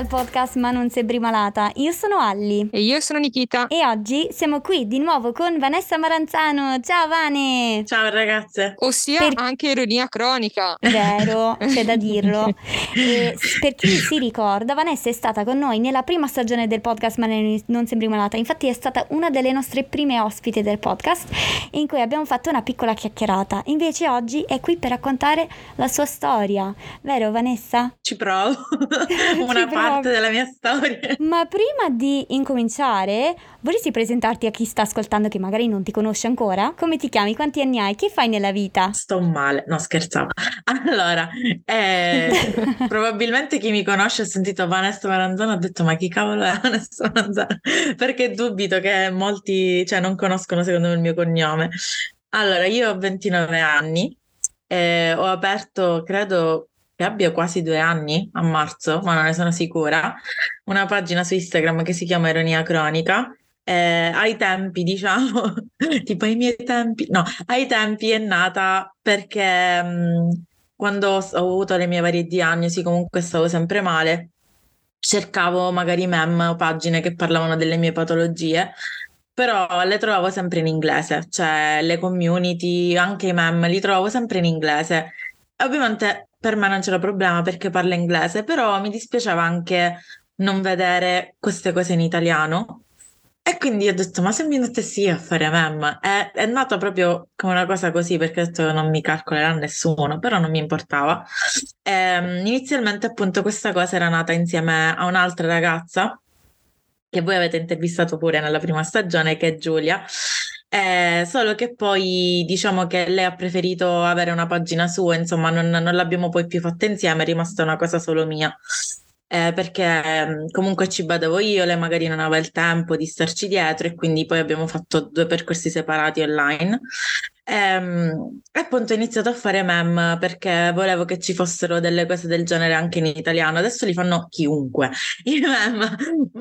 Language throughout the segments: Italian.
podcast Ma non sembri malata. Io sono Alli. E io sono Nikita. E oggi siamo qui di nuovo con Vanessa Maranzano. Ciao Vane! Ciao ragazze! Ossia anche ironia cronica. Vero, c'è da dirlo. E per chi si ricorda, Vanessa è stata con noi nella prima stagione del podcast Ma non sembri malata. Infatti è stata una delle nostre prime ospiti del podcast, in cui abbiamo fatto una piccola chiacchierata. Invece oggi è qui per raccontare la sua storia. Vero Vanessa? Ci provo. Una parte della mia storia. Ma prima di incominciare, vorresti presentarti a chi sta ascoltando che magari non ti conosce ancora? Come ti chiami? Quanti anni hai? Che fai nella vita? Sto male, no scherzavo. Allora, probabilmente chi mi conosce ha sentito Vanessa Maranzano, ha detto ma chi cavolo è Vanessa Maranzano? Perché dubito che molti, non conoscono secondo me il mio cognome. Allora, io ho 29 anni, ho aperto, credo che abbia quasi 2 anni, a marzo, ma non ne sono sicura, una pagina su Instagram che si chiama Ironia Cronica. Ai tempi, diciamo, tipo ai miei tempi, no, ai tempi è nata perché quando ho avuto le mie varie diagnosi, comunque stavo sempre male, cercavo magari meme o pagine che parlavano delle mie patologie, però le trovavo sempre in inglese, cioè le community, anche i meme, li trovavo sempre in inglese. Ovviamente per me non c'era problema perché parlo inglese, però mi dispiaceva anche non vedere queste cose in italiano. E quindi ho detto, ma se mi mettessi io a fare meme? È nata proprio come una cosa così, perché ho detto che non mi calcolerà nessuno, però non mi importava. Inizialmente appunto questa cosa era nata insieme a un'altra ragazza, che voi avete intervistato pure nella prima stagione, che è Giulia. Solo che poi diciamo che lei ha preferito avere una pagina sua, insomma non l'abbiamo poi più fatta insieme, è rimasta una cosa solo mia. Perché comunque ci badavo io, lei magari non aveva il tempo di starci dietro e quindi poi abbiamo fatto 2 percorsi separati online. E appunto ho iniziato a fare meme perché volevo che ci fossero delle cose del genere anche in italiano. Adesso li fanno chiunque i meme,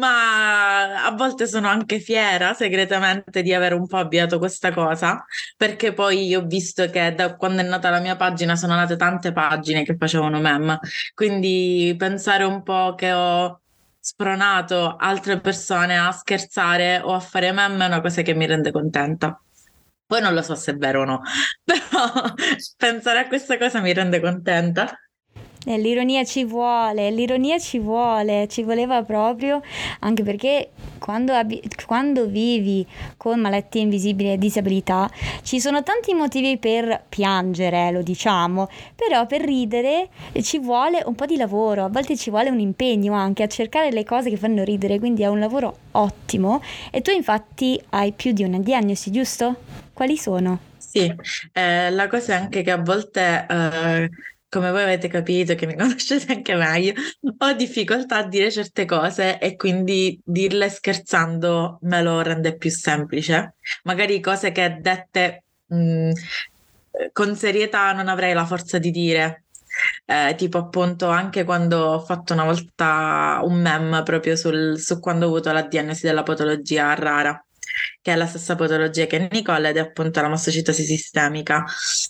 ma a volte sono anche fiera segretamente di aver un po' avviato questa cosa, perché poi ho visto che da quando è nata la mia pagina sono nate tante pagine che facevano meme, quindi pensare un po' che ho spronato altre persone a scherzare o a fare meme è una cosa che mi rende contenta. Poi non lo so se è vero o no, però pensare a questa cosa mi rende contenta. L'ironia ci vuole, ci voleva proprio, anche perché quando vivi con malattie invisibili e disabilità ci sono tanti motivi per piangere, lo diciamo, però per ridere ci vuole un po' di lavoro, a volte ci vuole un impegno anche a cercare le cose che fanno ridere, quindi è un lavoro ottimo. E tu infatti hai più di una diagnosi, giusto? Quali sono? Sì, la cosa è anche che a volte, come voi avete capito, che mi conoscete anche meglio, ho difficoltà a dire certe cose e quindi dirle scherzando me lo rende più semplice. Magari cose che dette con serietà non avrei la forza di dire. Tipo appunto anche quando ho fatto una volta un meme proprio su quando ho avuto la diagnosi della patologia rara, che è la stessa patologia che Nicole ed è appunto la mastocitosi sistemica.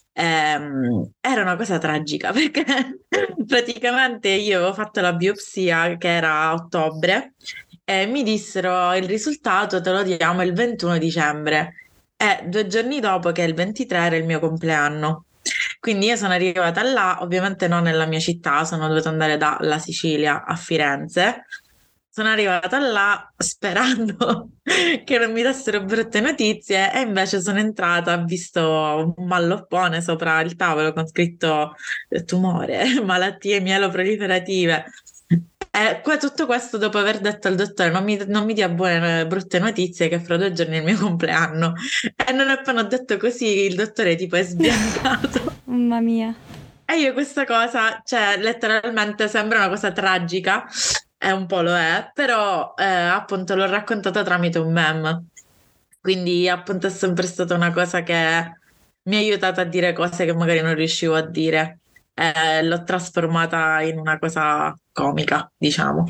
Era una cosa tragica perché praticamente io avevo fatto la biopsia che era a ottobre e mi dissero il risultato te lo diamo il 21 dicembre e 2 giorni dopo, che è il 23, era il mio compleanno. Quindi io sono arrivata là, ovviamente non nella mia città, sono dovuta andare dalla Sicilia a Firenze. Sono arrivata là sperando che non mi dessero brutte notizie e invece sono entrata, ho visto un malloppone sopra il tavolo con scritto tumore, malattie mieloproliferative. E tutto questo dopo aver detto al dottore non mi dia brutte notizie che fra 2 giorni è il mio compleanno. E non appena ho detto così il dottore tipo è sbiancato. Mamma mia. E io questa cosa, letteralmente sembra una cosa tragica, e un po' lo è, però appunto l'ho raccontata tramite un meme. Quindi appunto è sempre stata una cosa che mi ha aiutato a dire cose che magari non riuscivo a dire. L'ho trasformata in una cosa comica, diciamo.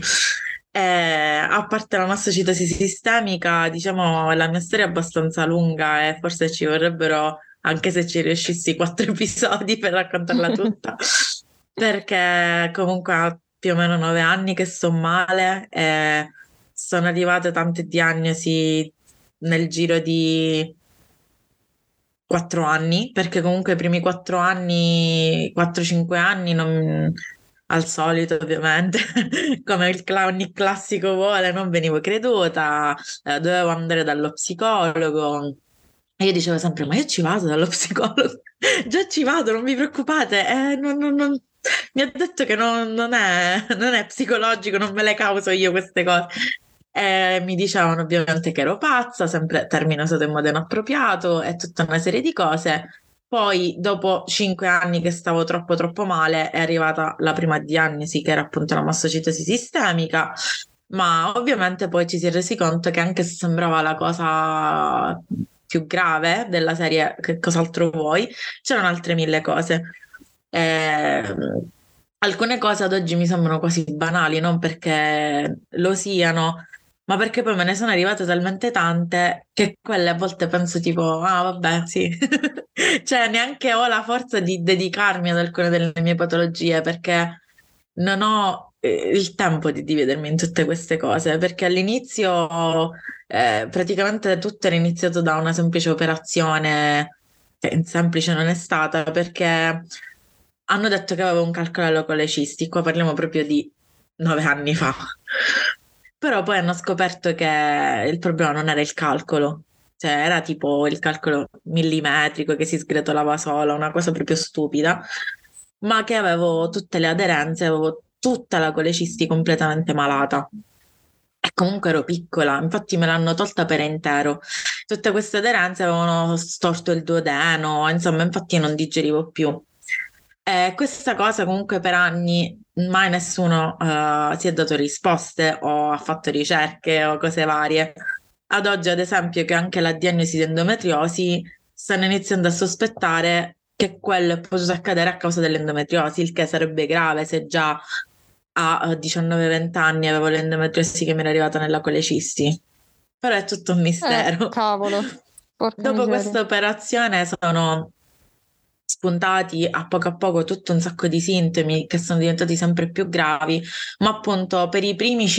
A parte la mastocitosi sistemica, diciamo, la mia storia è abbastanza lunga e forse ci vorrebbero, anche se ci riuscissi, 4 episodi per raccontarla tutta, perché comunque ha più o meno 9 anni che sto male e sono arrivate tante diagnosi nel giro di 4 anni, perché comunque i primi 4 anni, 4-5 anni, al solito ovviamente, come ogni classico vuole, non venivo creduta, dovevo andare dallo psicologo. E io dicevo sempre, ma io ci vado dallo psicologo, già ci vado, non vi preoccupate, mi ha detto che non è psicologico, non me le causo io queste cose. E mi dicevano ovviamente che ero pazza, sempre termine usato in modo inappropriato e tutta una serie di cose. Poi, dopo 5 anni che stavo troppo troppo male, è arrivata la prima diagnosi, che era appunto la mastocitosi sistemica, ma ovviamente poi ci si è resi conto che anche se sembrava la cosa più grave della serie che cos'altro vuoi, c'erano altre mille cose. Alcune cose ad oggi mi sembrano quasi banali, non perché lo siano, ma perché poi me ne sono arrivate talmente tante che quelle a volte penso tipo, ah vabbè, sì. Cioè neanche ho la forza di dedicarmi ad alcune delle mie patologie perché non ho il tempo di dividermi in tutte queste cose, perché all'inizio praticamente tutto era iniziato da una semplice operazione, che semplice non è stata, perché hanno detto che avevo un calcolo alle colecisti, qua parliamo proprio di 9 anni fa. Però poi hanno scoperto che il problema non era il calcolo, cioè era tipo il calcolo millimetrico che si sgretolava sola, una cosa proprio stupida, ma che avevo tutte le aderenze, avevo tutta la colecisti completamente malata. E comunque ero piccola, infatti me l'hanno tolta per intero. Tutte queste aderenze avevano storto il duodeno, insomma, infatti non digerivo più. Questa cosa comunque per anni mai nessuno si è dato risposte o ha fatto ricerche o cose varie. Ad oggi, ad esempio, che anche la diagnosi di endometriosi stanno iniziando a sospettare che quello è potuto accadere a causa dell'endometriosi, il che sarebbe grave se già a 19-20 anni avevo l'endometriosi che mi era arrivata nella colecisti. Però è tutto un mistero. Cavolo, porca Dopo miseria. questa operazione sono spuntati a poco tutto un sacco di sintomi che sono diventati sempre più gravi, ma appunto per i primi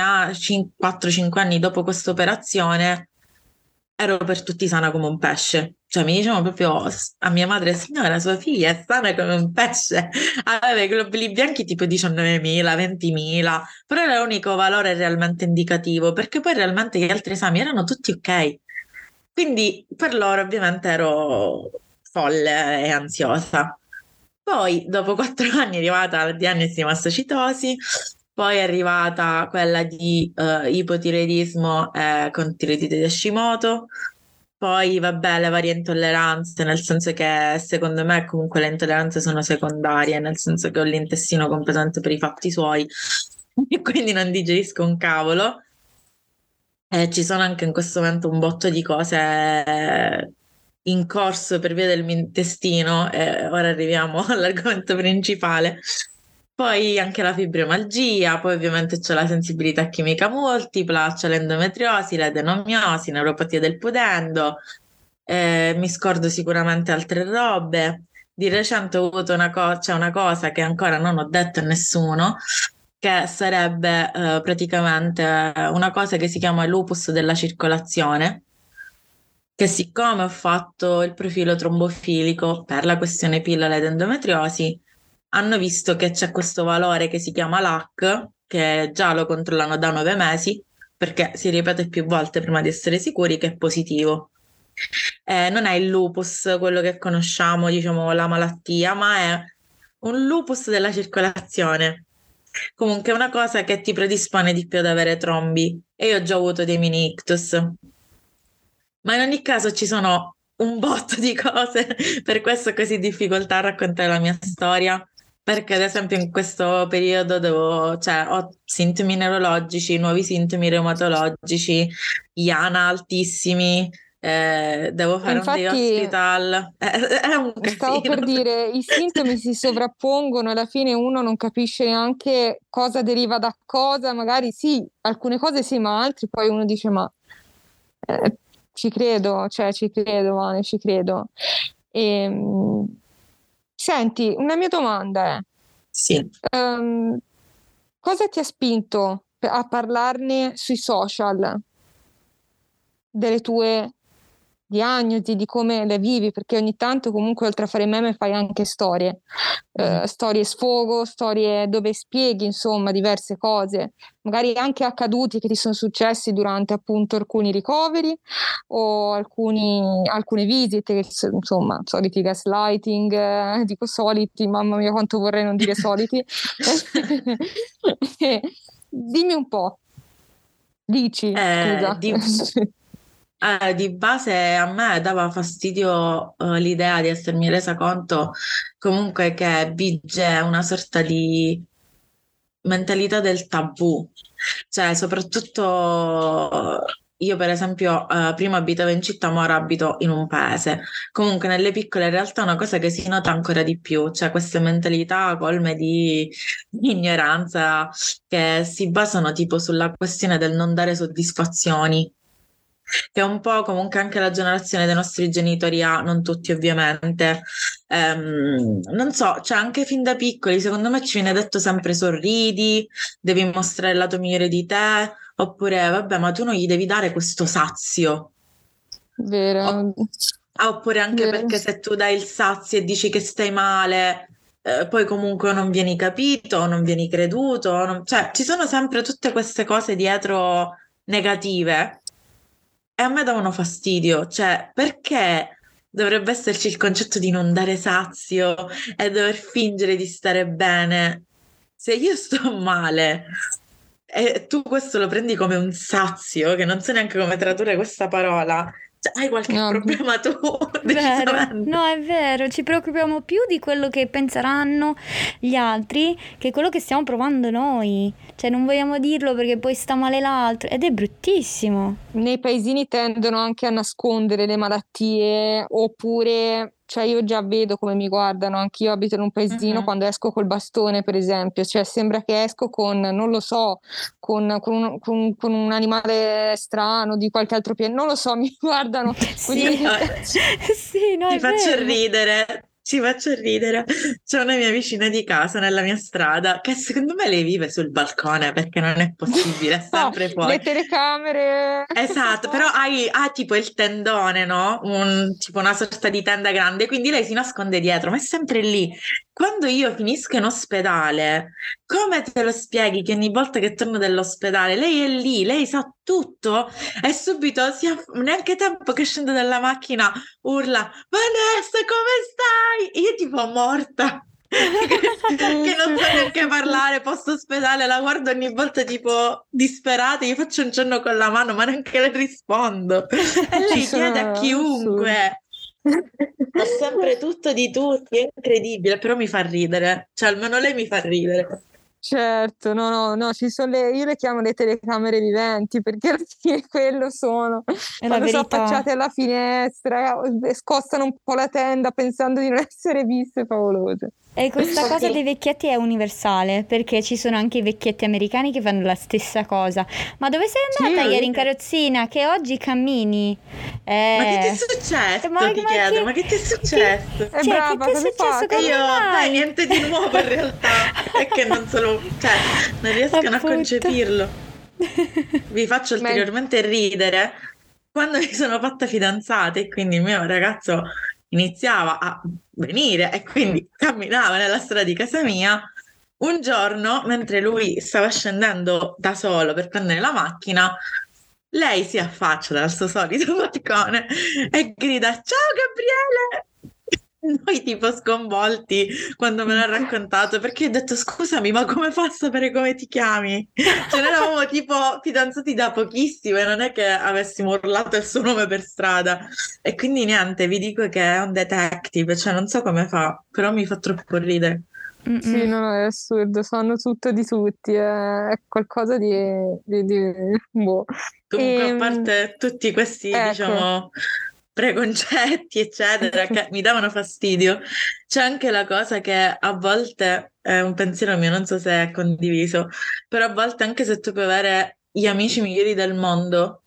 4-5 anni dopo questa operazione ero per tutti sana come un pesce. Cioè mi dicevano proprio a mia madre, signora, sua figlia è sana come un pesce. Aveva i globuli bianchi tipo 19.000, 20.000, però era l'unico valore realmente indicativo, perché poi realmente gli altri esami erano tutti ok. Quindi per loro ovviamente ero folle e ansiosa. Poi, dopo 4 anni, è arrivata la diagnosi di mastocitosi, poi è arrivata quella di ipotiroidismo con tiroidite di Hashimoto, poi vabbè le varie intolleranze, nel senso che secondo me comunque le intolleranze sono secondarie, nel senso che ho l'intestino completamente per i fatti suoi e quindi non digerisco un cavolo. Ci sono anche in questo momento un botto di cose in corso per via del mio intestino e ora arriviamo all'argomento principale. Poi anche la fibromialgia, poi ovviamente c'è la sensibilità chimica multipla, c'è l'endometriosi, l'adenomiosi, neuropatia del pudendo, mi scordo sicuramente altre robe. Di recente ho avuto c'è una cosa che ancora non ho detto a nessuno, che sarebbe praticamente una cosa che si chiama lupus della circolazione, che siccome ho fatto il profilo trombofilico per la questione pillola ed endometriosi, hanno visto che c'è questo valore che si chiama LAC, che già lo controllano da 9 mesi, perché si ripete più volte prima di essere sicuri che è positivo. Non è il lupus, quello che conosciamo, diciamo, la malattia, ma è un lupus della circolazione. Comunque è una cosa che ti predispone di più ad avere trombi e io ho già avuto dei mini ictus. Ma in ogni caso ci sono un botto di cose, per questo ho così difficoltà a raccontare la mia storia, perché ad esempio in questo periodo cioè, ho sintomi neurologici, nuovi sintomi reumatologici, IANA altissimi, devo E fare un day infatti hospital, è un stavo casino. per dire, i sintomi si sovrappongono e alla fine uno non capisce neanche cosa deriva da cosa, magari sì, alcune cose sì, ma altre poi uno dice ma eh, ci credo, cioè ci credo, Vane, ci credo. Senti, una mia domanda è, Sì, ehm, cosa ti ha spinto a parlarne sui social delle tue diagnosi, di come le vivi? Perché ogni tanto comunque oltre a fare meme fai anche storie, storie sfogo, storie dove spieghi insomma diverse cose, magari anche accaduti che ti sono successi durante appunto alcuni ricoveri o alcune visite, insomma, soliti gaslighting, dico soliti, mamma mia quanto vorrei non dire soliti. Dimmi un po', dici, scusa. Di base a me dava fastidio l'idea di essermi resa conto comunque che vige una sorta di mentalità del tabù, cioè soprattutto io per esempio prima abitavo in città, ma ora abito in un paese. Comunque nelle piccole realtà è una cosa che si nota ancora di più, cioè queste mentalità colme di ignoranza che si basano tipo sulla questione del non dare soddisfazioni, che è un po' comunque anche la generazione dei nostri genitori ha, non tutti ovviamente. Non so, cioè anche fin da piccoli, secondo me ci viene detto sempre sorridi, devi mostrare il lato migliore di te, oppure vabbè, ma tu non gli devi dare questo sazio. Vero. Oppure anche Vero. perché se tu dai il sazio e dici che stai male, poi comunque non vieni capito, non vieni creduto, cioè ci sono sempre tutte queste cose dietro negative. E a me davano fastidio, cioè perché dovrebbe esserci il concetto di non dare sazio e dover fingere di stare bene? Se io sto male e tu questo lo prendi come un sazio, che non so neanche come tradurre questa parola, cioè hai qualche No, problema tu, Vero, decisamente. no, è vero, ci preoccupiamo più di quello che penseranno gli altri che quello che stiamo provando noi. Cioè, non vogliamo dirlo perché poi sta male l'altro ed è bruttissimo. nei paesini tendono anche a nascondere le malattie, oppure, cioè io già vedo come mi guardano, anch'io abito in un paesino, Mhm. quando esco col bastone, per esempio, cioè sembra che esco con, non lo so, con un animale strano di qualche altro pianeta, non lo so, mi guardano così. Sì, sì, no, Ci è faccio vero. ridere, ci faccio ridere. C'è una mia vicina di casa nella mia strada che secondo me lei vive sul balcone perché non è possibile, è No, sempre fuori. le telecamere. Esatto, però ha tipo il tendone, no? Tipo una sorta di tenda grande, quindi lei si nasconde dietro, ma è sempre lì. Quando io finisco in ospedale, come te lo spieghi che ogni volta che torno dall'ospedale, lei è lì, lei sa tutto e subito neanche tempo che scende dalla macchina urla: Vanessa, come stai? Io tipo morta. Che non so neanche parlare, post ospedale, la guardo ogni volta tipo disperata, gli faccio un cenno con la mano, ma neanche le rispondo. E Ci lei chiede a sono assurdi. chiunque, sa sempre tutto di tutti, è incredibile, però mi fa ridere, cioè almeno lei mi fa ridere. Certo, no, ci sono io le chiamo le telecamere viventi perché alla fine quello sono. È la Quando sono verità. affacciate alla finestra, scostano un po' la tenda pensando di non essere viste, favolose. E questa cosa Sì. dei vecchietti è universale, perché ci sono anche i vecchietti americani che fanno la stessa cosa. Ma dove sei andata Sì. ieri in carrozzina? Che oggi cammini? Ma che ti è successo? Ti chiedo, ma che ti è successo? È brava, che ti è cosa successo? fate? Come Io, mai? niente di nuovo in realtà, è che non solo, cioè, non riescono a Appunto. concepirlo. Vi faccio Ma- ulteriormente ridere. Quando mi sono fatta fidanzata e quindi il mio ragazzo iniziava a venire e quindi camminava nella strada di casa mia, un giorno, mentre lui stava scendendo da solo per prendere la macchina, lei si affaccia dal suo solito balcone e grida: Ciao Gabriele! Noi tipo sconvolti quando me l'ha raccontato, perché io ho detto: scusami, ma come fa a sapere come ti chiami? Cioè noi eravamo tipo fidanzati da pochissimo e non è che avessimo urlato il suo nome per strada. E quindi niente, vi dico che è un detective, cioè non so come fa, però mi fa troppo ridere. Sì, no, è assurdo, sanno tutto di tutti, è qualcosa boh. Comunque, a Ehm, parte tutti questi, ecco, diciamo, preconcetti, eccetera, che mi davano fastidio, c'è anche la cosa che a volte è un pensiero mio, non so se è condiviso, però a volte anche se tu puoi avere gli amici migliori del mondo,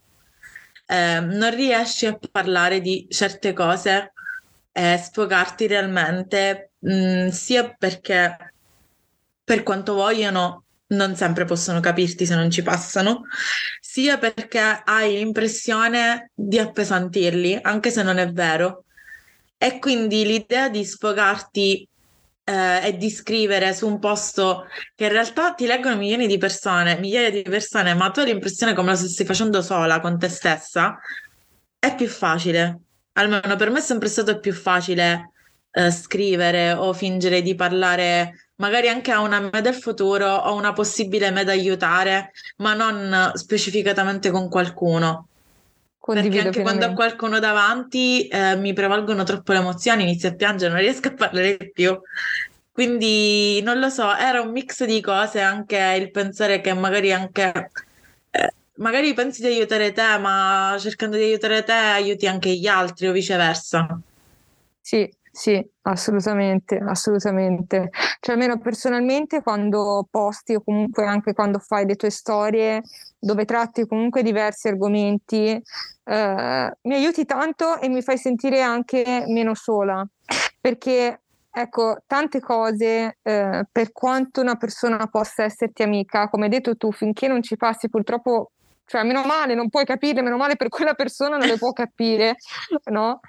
non riesci a parlare di certe cose e sfogarti realmente, sia perché per quanto vogliono non sempre possono capirti se non ci passano, sia perché hai l'impressione di appesantirli, anche se non è vero. E quindi l'idea di sfogarti e di scrivere su un posto che in realtà ti leggono migliaia di persone, ma tu hai l'impressione come lo stessi facendo sola con te stessa, è più facile. Almeno per me è sempre stato più facile scrivere o fingere di parlare magari anche a una me del futuro o una possibile me da aiutare, ma non specificatamente con qualcuno. Perché Condivido anche quando ho pienamente. qualcuno davanti mi prevalgono troppo le emozioni, inizio a piangere, non riesco a parlare più. Quindi non lo so, era un mix di cose, anche il pensare che magari anche magari pensi di aiutare te, ma cercando di aiutare te aiuti anche gli altri o viceversa. Sì, sì, assolutamente, assolutamente. Cioè, almeno personalmente, quando posti o comunque anche quando fai le tue storie dove tratti comunque diversi argomenti, mi aiuti tanto e mi fai sentire anche meno sola. Perché, ecco, tante cose, per quanto una persona possa esserti amica, come hai detto tu, finché non ci passi purtroppo, cioè, meno male, non puoi capire, meno male per quella persona non le può capire, no?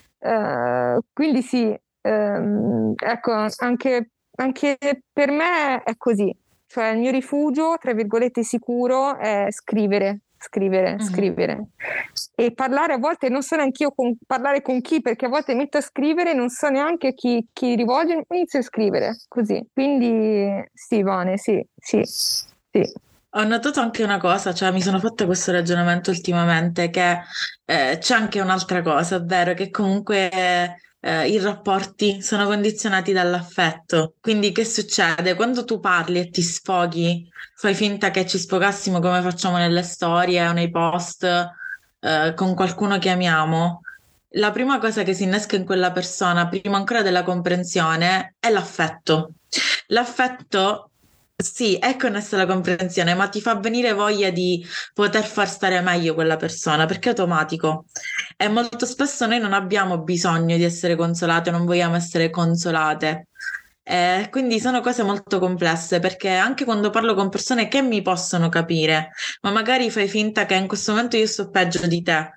Quindi sì, ecco, anche per me è così. Cioè, il mio rifugio, tra virgolette, sicuro è scrivere, scrivere, Mhm. scrivere. E parlare a volte non so neanche io parlare con chi, perché a volte metto a scrivere e non so neanche chi rivolge, inizio a scrivere così. Quindi sì, Vane, sì, sì, sì. Ho notato anche una cosa, cioè mi sono fatta questo ragionamento ultimamente, che c'è anche un'altra cosa, ovvero che comunque i rapporti sono condizionati dall'affetto. Quindi che succede? Quando tu parli e ti sfoghi, fai finta che ci sfogassimo come facciamo nelle storie o nei post con qualcuno che amiamo. La prima cosa che si innesca in quella persona, prima ancora della comprensione, è l'affetto. L'affetto, sì, è connesso alla comprensione, ma ti fa venire voglia di poter far stare meglio quella persona, perché è automatico. E molto spesso noi non abbiamo bisogno di essere consolate, non vogliamo essere consolate. Quindi sono cose molto complesse, perché anche quando parlo con persone che mi possono capire, ma magari fai finta che in questo momento io sto peggio di te,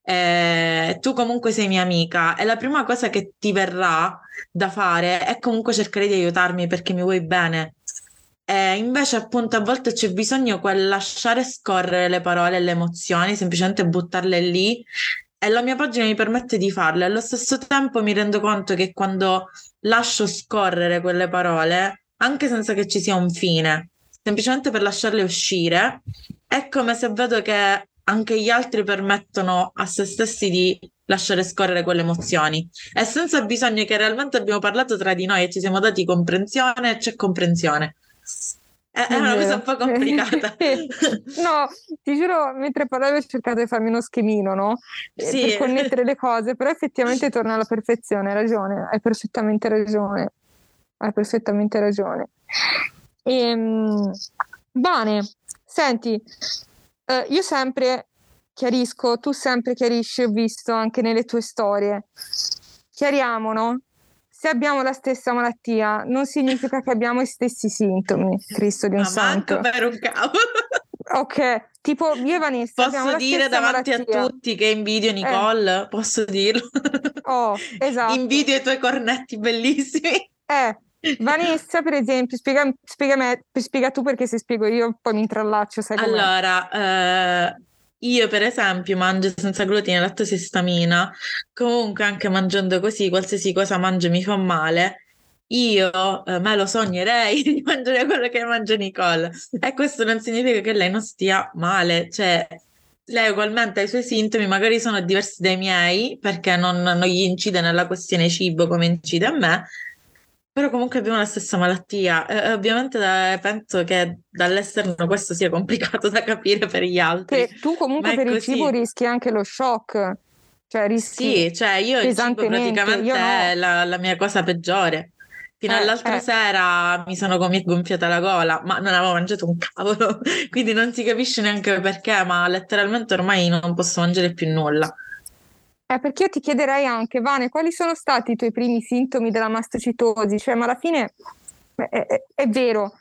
tu comunque sei mia amica, e la prima cosa che ti verrà da fare è comunque cercare di aiutarmi perché mi vuoi bene. Invece, appunto, a volte c'è bisogno quel lasciare scorrere le parole e le emozioni, semplicemente buttarle lì. E la mia pagina mi permette di farlo. Allo stesso tempo mi rendo conto che quando lascio scorrere quelle parole, anche senza che ci sia un fine, semplicemente per lasciarle uscire, è come se vedo che anche gli altri permettono a se stessi di lasciare scorrere quelle emozioni. E senza bisogno che realmente abbiamo parlato tra di noi e ci siamo dati comprensione, e c'è comprensione. È È una cosa un vero. po' complicata. No, ti giuro, mentre parlavi ho cercato di farmi uno schemino, no? Per Sì. connettere le cose, però effettivamente torna alla perfezione, hai ragione, hai perfettamente ragione, hai perfettamente ragione. Ehm, Bene, senti, io sempre chiarisco, tu sempre chiarisci, ho visto anche nelle tue storie. Chiariamo, no? Se abbiamo la stessa malattia, non significa che abbiamo i stessi sintomi, Cristo di un Ma manco santo. per un cavolo. Ok, tipo io e Vanessa abbiamo Posso la dire stessa davanti a malattia. tutti che invidio Eh, Nicole? Posso dirlo? oh, esatto. Invidio i tuoi cornetti bellissimi. Eh, Vanessa, per esempio, spiega tu perché se spiego io poi mi intrallaccio, sai com'è. Allora, io per esempio mangio senza glutine, lattosio e stamina, comunque anche mangiando così, qualsiasi cosa mangio mi fa male. Io me lo sognerei di mangiare quello che mangia Nicole, e questo non significa che lei non stia male, cioè lei ugualmente ha i suoi sintomi, magari sono diversi dai miei perché non gli incide nella questione cibo come incide a me, però comunque abbiamo la stessa malattia. Ovviamente penso che dall'esterno questo sia complicato da capire per gli altri, Che tu ma comunque è per il cibo così. rischi anche lo shock, cioè rischi Sì, cioè io il cibo pesantemente, io praticamente è no. la mia cosa peggiore. Fino all'altra Eh. sera mi è gonfiata la gola, ma non avevo mangiato un cavolo, quindi non si capisce neanche perché, ma letteralmente ormai non posso mangiare più nulla. Perché io ti chiederei anche, Vane, quali sono stati i tuoi primi sintomi della mastocitosi? Cioè, ma alla fine è vero,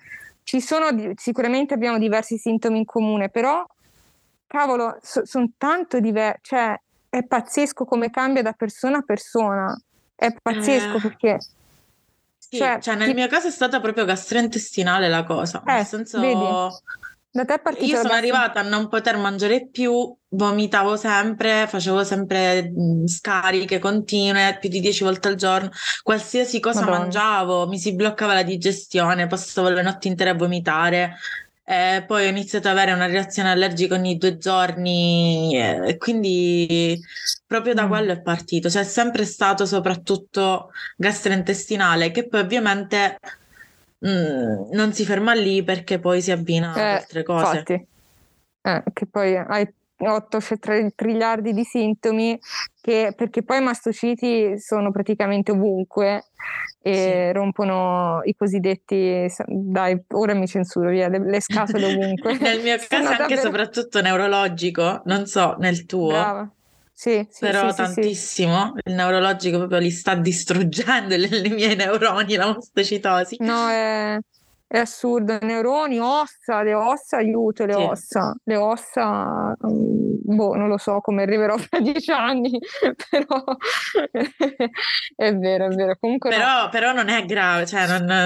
sicuramente abbiamo diversi sintomi in comune, però cavolo, sono tanto diversi, cioè è pazzesco come cambia da persona a persona, è pazzesco perché, Sì, cioè, cioè nel mio caso è stata proprio gastrointestinale la cosa, nel vedi, senso da te è partito io la sono arrivata a non poter mangiare più, vomitavo sempre, facevo sempre scariche continue, più di 10 volte al giorno, qualsiasi cosa Madonna. mangiavo, mi si bloccava la digestione, passavo le notti intere a vomitare. Poi ho iniziato ad avere una reazione allergica ogni 2 giorni, e quindi proprio da quello è partito, cioè è sempre stato soprattutto gastrointestinale, che poi ovviamente non si ferma lì perché poi si abbina ad altre cose. Infatti, che poi hai 8 triliardi di sintomi perché poi i mastociti sono praticamente ovunque e rompono i cosiddetti, dai, ora mi censuro via, le scatole ovunque. Nel mio caso anche davvero... soprattutto neurologico, non so nel tuo. Brava. Sì, Però sì. tantissimo, il neurologico proprio li sta distruggendo le miei neuroni, la mastocitosi. No, è assurdo, neuroni, ossa, le ossa, aiuto, le ossa, non lo so come arriverò fra 10 anni, però è vero, comunque Però non è grave, cioè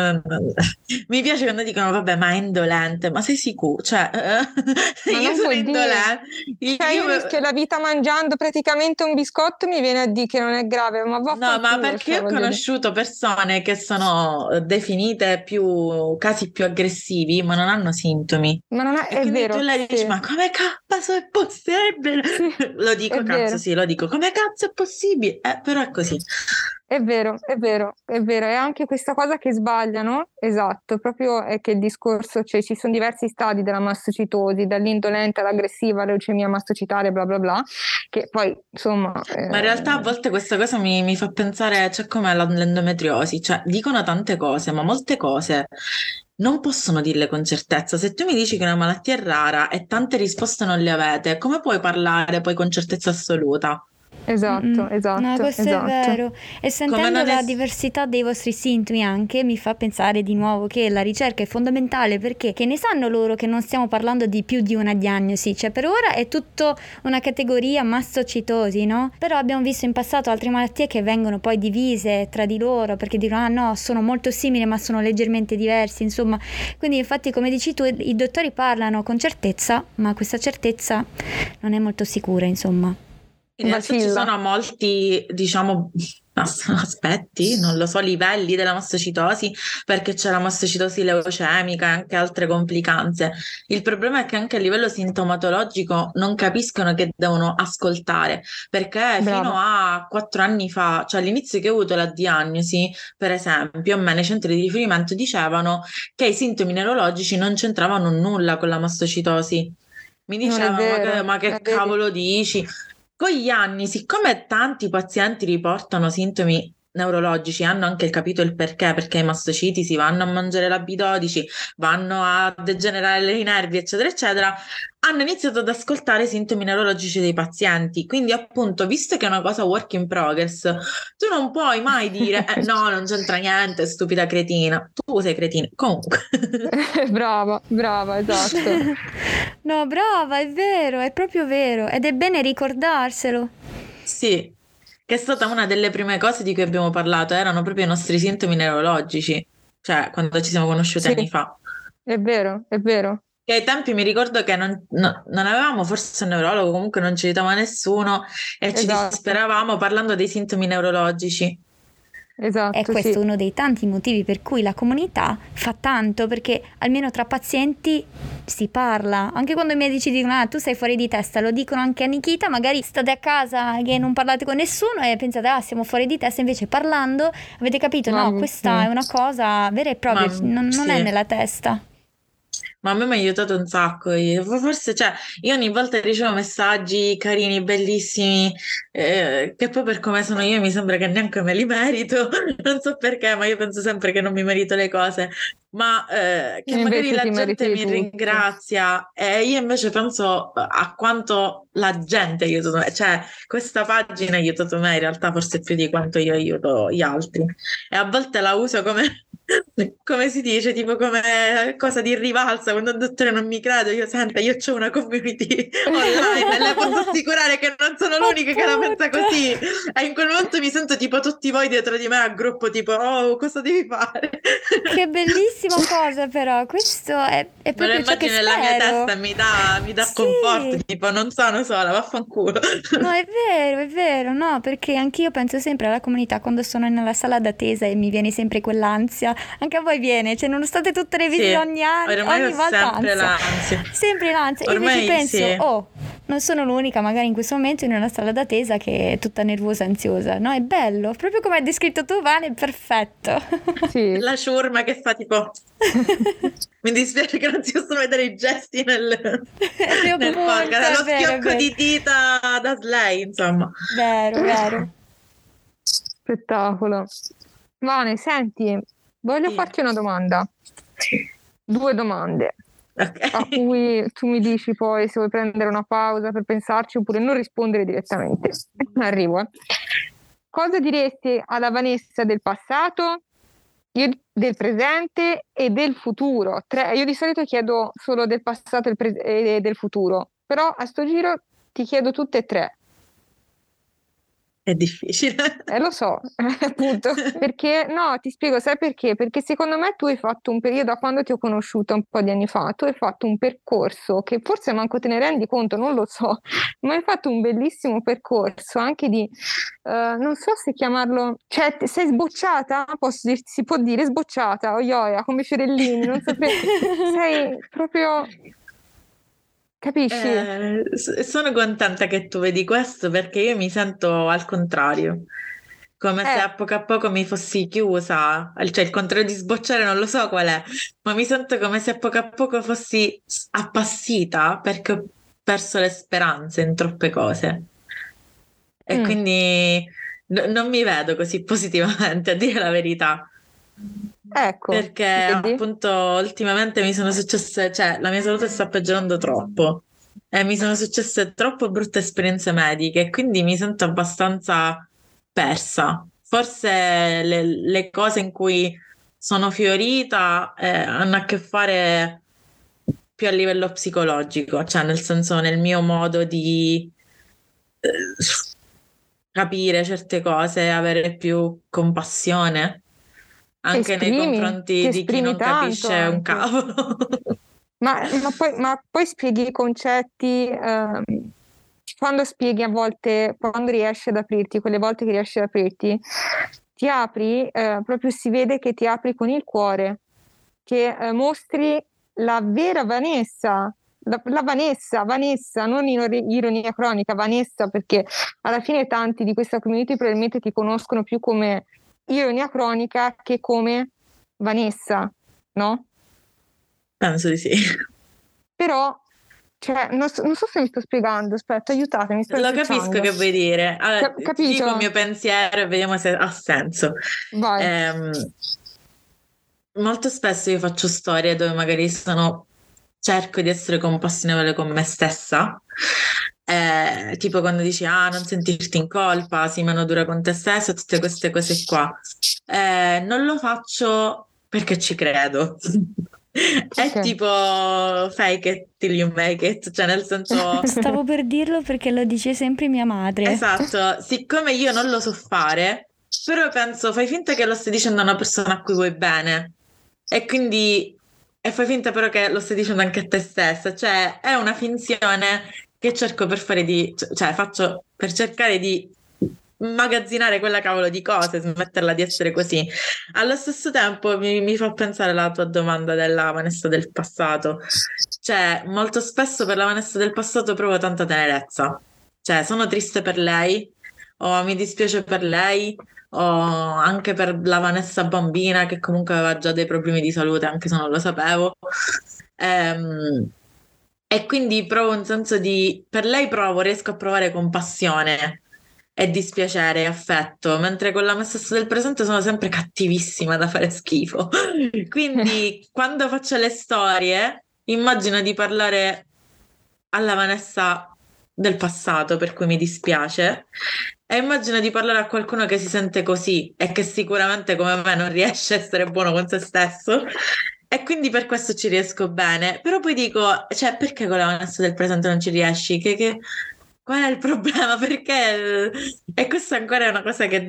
mi piace quando dicono vabbè ma è indolente, ma sei sicuro? Cioè, ma io non sono vuol dire, indolente. cioè io rischio la vita mangiando praticamente un biscotto, mi viene a dire che non è grave, ma No, ma vaffanculo, perché cioè, ho voglio dire. conosciuto persone che sono definite casi più aggressivi, ma non hanno sintomi. Ma non è, E è quindi vero, tu le dici, sì. ma come cazzo è possibile? Sì, Lo dico, è cazzo, vero. sì, lo dico, come cazzo è possibile? Però è così. È vero, è anche questa cosa che sbagliano, esatto, proprio è che il discorso, cioè ci sono diversi stadi della mastocitosi, dall'indolente all'aggressiva, leucemia mastocitaria, bla bla bla, che poi insomma... Ma in realtà a volte questa cosa mi fa pensare, cioè come l'endometriosi, cioè dicono tante cose, ma molte cose non possono dirle con certezza. Se tu mi dici che una malattia è rara e tante risposte non le avete, come puoi parlare poi con certezza assoluta? Esatto. No, questo è vero. E sentendo non è- la diversità dei vostri sintomi anche mi fa pensare di nuovo che la ricerca è fondamentale perché che ne sanno loro che non stiamo parlando di più di una diagnosi, cioè per ora è tutto una categoria mastocitosi, no? Però abbiamo visto in passato altre malattie che vengono poi divise tra di loro perché dicono ah no, sono molto simili ma sono leggermente diversi, insomma. Quindi infatti come dici tu i dottori parlano con certezza, ma questa certezza non è molto sicura, insomma. In realtà ci sono molti, diciamo, aspetti, non lo so, livelli della mastocitosi, perché c'è la mastocitosi leucemica e anche altre complicanze. Il problema è che anche a livello sintomatologico non capiscono che devono ascoltare, perché fino a 4 anni fa, cioè all'inizio che ho avuto la diagnosi, per esempio, a me nei centri di riferimento dicevano che i sintomi neurologici non c'entravano nulla con la mastocitosi. Mi dicevano, ma che cavolo dici? Con gli anni, siccome tanti pazienti riportano sintomi neurologici, hanno anche capito il perché i mastociti si vanno a mangiare la B12, vanno a degenerare i nervi, eccetera, eccetera, hanno iniziato ad ascoltare i sintomi neurologici dei pazienti. Quindi, appunto, visto che è una cosa work in progress, tu non puoi mai dire no, non c'entra niente, stupida cretina. Tu sei cretina. Comunque. Brava, esatto. No, brava, è vero, è proprio vero ed è bene ricordarselo. Sì, che è stata una delle prime cose di cui abbiamo parlato, erano proprio i nostri sintomi neurologici, cioè quando ci siamo conosciuti anni fa. È vero. E ai tempi mi ricordo che non avevamo forse un neurologo, comunque non ci aiutava nessuno e ci disperavamo parlando dei sintomi neurologici. Esatto, e questo è uno dei tanti motivi per cui la comunità fa tanto, perché almeno tra pazienti si parla. Anche quando i medici dicono ah tu sei fuori di testa, lo dicono anche a Nikita, magari state a casa che non parlate con nessuno e pensate ah siamo fuori di testa, invece parlando avete capito no, questa è una cosa vera e propria, non è nella testa. Ma a me mi ha aiutato un sacco. Forse, cioè, io ogni volta ricevo messaggi carini, bellissimi, che poi per come sono io mi sembra che neanche me li merito. Non so perché, ma io penso sempre che non mi merito le cose. Ma che E magari invece la ti gente meriti mi tutto. ringrazia e io invece penso a quanto la gente ha aiutato me. Cioè, questa pagina ha aiutato me in realtà forse più di quanto io aiuto gli altri. E a volte la uso come, come si dice, tipo come cosa di rivalsa. Quando il dottore non mi crede, io sento, io ho una community online e le posso assicurare che non sono l'unica che la pensa Appunto. così. E in quel momento mi sento tipo tutti voi dietro di me a gruppo, tipo, oh, cosa devi fare? Che bellissima cosa però, questo è Me lo proprio ciò che immagino nella mia spero. testa e mi dà conforto, Sì, tipo, non sono sola, vaffanculo. no, è vero, no, perché anch'io penso sempre alla comunità quando sono nella sala d'attesa e mi viene sempre quell'ansia. Anche a voi viene, cioè nonostante tutte le visite Sì, ormai ho ogni volta sempre ansia. l'ansia. Sempre l'ansia. E invece Ormai penso, sì. oh, non sono l'unica magari in questo momento in una sala d'attesa che è tutta nervosa e ansiosa. No, è bello, proprio come hai descritto tu, Vane, è perfetto. Sì. La ciurma che fa tipo... Mi dispiace che non si possono vedere i gesti nel Appunto, podcast, lo è schiocco vero. di dita da Slay, insomma. Vero, vero. Spettacolo. Vane, senti, voglio Sì. farti una domanda. Due domande a Ok. cui tu mi dici poi se vuoi prendere una pausa per pensarci oppure non rispondere direttamente. Arrivo, eh. Cosa diresti alla Vanessa del passato, del presente e del futuro? Io di solito chiedo solo del passato e del futuro, però a sto giro ti chiedo tutte e tre. È difficile. Lo so, appunto, perché no, ti spiego, sai perché? Perché secondo me tu hai fatto un periodo, da quando ti ho conosciuta un po' di anni fa, tu hai fatto un percorso che forse manco te ne rendi conto, non lo so, ma hai fatto un bellissimo percorso anche di, non so se chiamarlo, cioè sei sbocciata, si può dire sbocciata, oioia, come Fiorellini, non saprei, sei proprio, capisci? Sono contenta che tu vedi questo perché io mi sento al contrario, come se Eh, a poco mi fossi chiusa, cioè il contrario di sbocciare non lo so qual è, ma mi sento come se a poco fossi appassita perché ho perso le speranze in troppe cose e mm, quindi non mi vedo così positivamente, a dire la verità. ecco, Perché vedi? appunto ultimamente mi sono successe, cioè la mia salute sta peggiorando troppo e mi sono successe troppo brutte esperienze mediche e quindi mi sento abbastanza persa. Forse le cose in cui sono fiorita hanno a che fare più a livello psicologico, cioè nel senso nel mio modo di eh, capire certe cose, avere più compassione anche nei Ti confronti di chi esprimi non tanto capisce un anche. cavolo. Ma poi spieghi i concetti, quando spieghi a volte, quando riesci ad aprirti, quelle volte che riesci ad aprirti, ti apri, proprio si vede che ti apri con il cuore, che mostri la vera Vanessa, la Vanessa, Vanessa, non ironia cronica, Vanessa, perché alla fine tanti di questa community probabilmente ti conoscono più come ironia cronica che come Vanessa, no? Penso di sì. Però, cioè, non so se mi sto spiegando, aspetta, aiutatemi, sto Lo capisco riflettendo. che vuoi dire. Allora, ti dico il Capito? mio pensiero e vediamo se ha senso. Vai. Ehm, Molto spesso io faccio storie dove magari cerco di essere compassionevole con me stessa. Tipo quando dici, ah, non sentirti in colpa, sii mano dura con te stessa, tutte queste cose qua. Non lo faccio perché ci credo. Ok. È tipo fake it till you make it, cioè nel senso, Stavo per dirlo perché lo dice sempre mia madre. esatto, siccome io non lo so fare, però penso, fai finta che lo stai dicendo a una persona a cui vuoi bene e quindi e fai finta però che lo stai dicendo anche a te stessa, cioè è una finzione che cerco per fare cioè faccio per cercare di immagazzinare quella cavolo di cose, smetterla di essere così. Allo stesso tempo mi fa pensare alla tua domanda della Vanessa del passato. Cioè, molto spesso per la Vanessa del passato provo tanta tenerezza. Cioè, sono triste per lei, o mi dispiace per lei, o anche per la Vanessa bambina che comunque aveva già dei problemi di salute, anche se non lo sapevo. Ehm, e quindi provo un senso per lei riesco a provare compassione e dispiacere e affetto, mentre con la me stessa del presente sono sempre cattivissima da fare schifo. Quindi quando faccio le storie, immagino di parlare alla Vanessa del passato, per cui mi dispiace, e immagino di parlare a qualcuno che si sente così e che sicuramente come me non riesce a essere buono con se stesso. E quindi per questo ci riesco bene. Però poi dico, cioè, perché con la Vanessa del presente non ci riesci? Qual è il problema? Perché? E questa ancora è una cosa che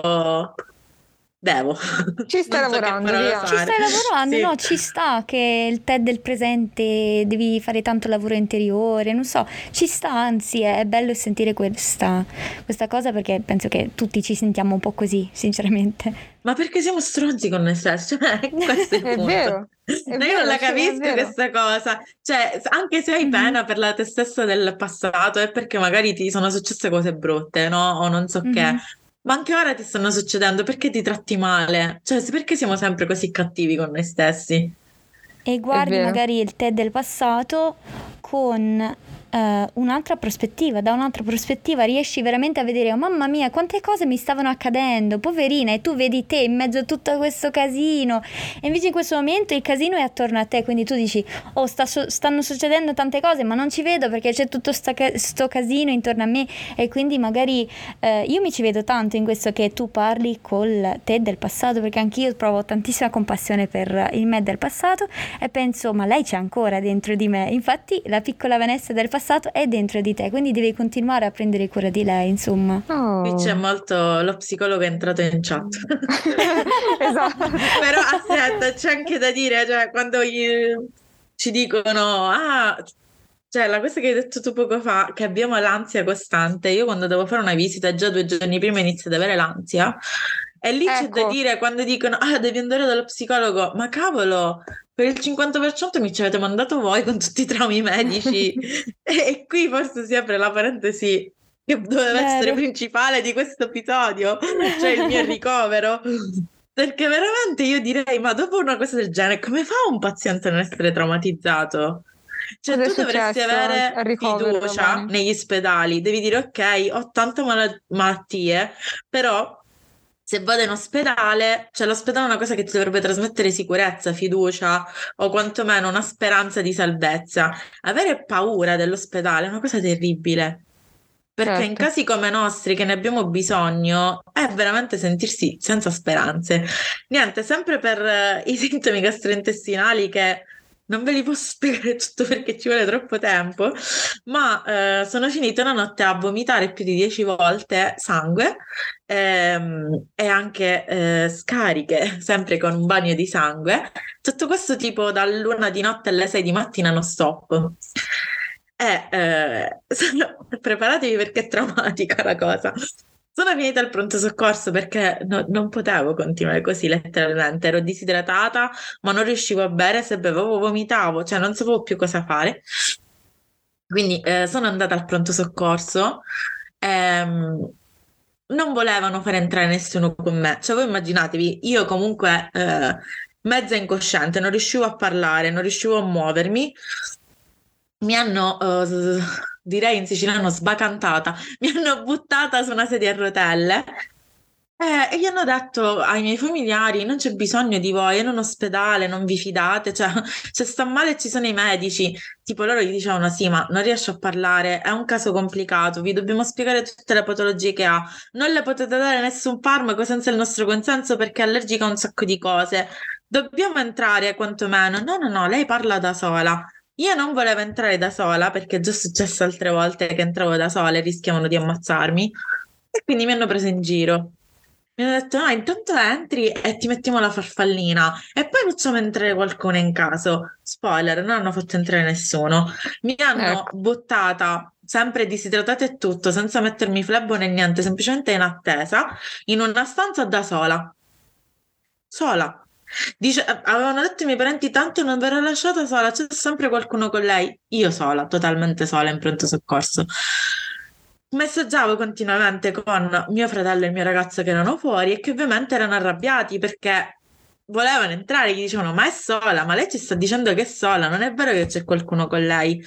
devo. Ci stai Non so che lavorando, parola via. Ci usare. stai lavorando, Sì. no, ci sta che il te del presente devi fare tanto lavoro interiore, non so, ci sta, anzi è bello sentire questa cosa perché penso che tutti ci sentiamo un po' così, sinceramente. Ma perché siamo stronzi con noi stessi? Cioè, questo è il È punto. vero, è Ma io non la vero, sì, è capisco vero. questa cosa. Cioè, anche se hai Mhm. pena per la te stessa del passato, è perché magari ti sono successe cose brutte, no? O non so che. Mhm. Ma anche ora ti stanno succedendo, perché ti tratti male? Cioè, perché siamo sempre così cattivi con noi stessi? E guardi vero. magari il te del passato con un'altra prospettiva, da un'altra prospettiva riesci veramente a vedere, oh mamma mia, quante cose mi stavano accadendo, poverina, e tu vedi te in mezzo a tutto questo casino, e invece in questo momento il casino è attorno a te, quindi tu dici, oh stanno succedendo tante cose, ma non ci vedo perché c'è tutto sto casino intorno a me, e quindi magari io mi ci vedo tanto in questo che tu parli col te del passato, perché anch'io provo tantissima compassione per il me del passato e penso, ma lei c'è ancora dentro di me, infatti la piccola Vanessa del passato è dentro di te, quindi devi continuare a prendere cura di lei, insomma. Qui c'è Oh. molto lo psicologo è entrato in chat. Esatto. Però aspetta, c'è anche da dire, cioè, quando ci dicono, cioè, la cosa che hai detto tu poco fa, che abbiamo l'ansia costante, io quando devo fare una visita, già 2 giorni prima inizio ad avere l'ansia, e lì c'è da Ecco. dire, quando dicono, devi andare dallo psicologo, ma cavolo, per il 50% mi ci avete mandato voi con tutti i traumi medici, e qui forse si apre la parentesi che doveva essere Vero. principale di questo episodio, cioè il mio ricovero. Perché veramente io direi, ma dopo una cosa del genere, come fa un paziente a non essere traumatizzato? Cioè, Cosa è tu dovresti successo avere al ricovero, fiducia Vane? negli ospedali, devi dire, ok, ho tante malattie, però se vado in ospedale, cioè l'ospedale è una cosa che ti dovrebbe trasmettere sicurezza, fiducia o quantomeno una speranza di salvezza. Avere paura dell'ospedale è una cosa terribile. Perché in Certo. casi come i nostri, che ne abbiamo bisogno, è veramente sentirsi senza speranze. Niente, sempre per i sintomi gastrointestinali che non ve li posso spiegare tutto perché ci vuole troppo tempo, ma sono finita una notte a vomitare più di 10 volte sangue e anche scariche, sempre con un bagno di sangue. Tutto questo tipo dall'1 di notte alle 6 di mattina non stop. Preparatevi perché è traumatica la cosa. Sono finita al pronto soccorso perché non potevo continuare così letteralmente. Ero disidratata, ma non riuscivo a bere. Se bevevo, vomitavo, cioè non sapevo più cosa fare. Quindi sono andata al pronto soccorso. Non volevano far entrare nessuno con me. Cioè, voi immaginatevi, io comunque mezza incosciente, non riuscivo a parlare, non riuscivo a muovermi. Mi hanno, direi in siciliano, sbacantata, mi hanno buttata su una sedia a rotelle e gli hanno detto ai miei familiari: non c'è bisogno di voi, è in un ospedale, non vi fidate, cioè se sta male ci sono i medici. Tipo loro gli dicevano: sì, ma non riesce a parlare, è un caso complicato, vi dobbiamo spiegare tutte le patologie che ha, non le potete dare nessun farmaco senza il nostro consenso perché è allergica a un sacco di cose, dobbiamo entrare quantomeno. No, no, no, lei parla da sola. Io non volevo entrare da sola perché è già successo altre volte che entravo da sola e rischiavano di ammazzarmi e quindi mi hanno preso in giro. Mi hanno detto: no, intanto entri e ti mettiamo la farfallina e poi facciamo entrare qualcuno in caso. Spoiler, non hanno fatto entrare nessuno. Mi hanno Ecco. buttata, sempre disidratata e tutto, senza mettermi flebo né niente, semplicemente in attesa, in una stanza da sola. Sola. Avevano detto i miei parenti: tanto non verrà lasciata sola, c'è sempre qualcuno con lei. Io sola, totalmente sola in pronto soccorso. Messaggiavo continuamente con mio fratello e il mio ragazzo che erano fuori e che ovviamente erano arrabbiati perché volevano entrare, gli dicevano ma è sola, ma lei ci sta dicendo che è sola, non è vero che c'è qualcuno con lei.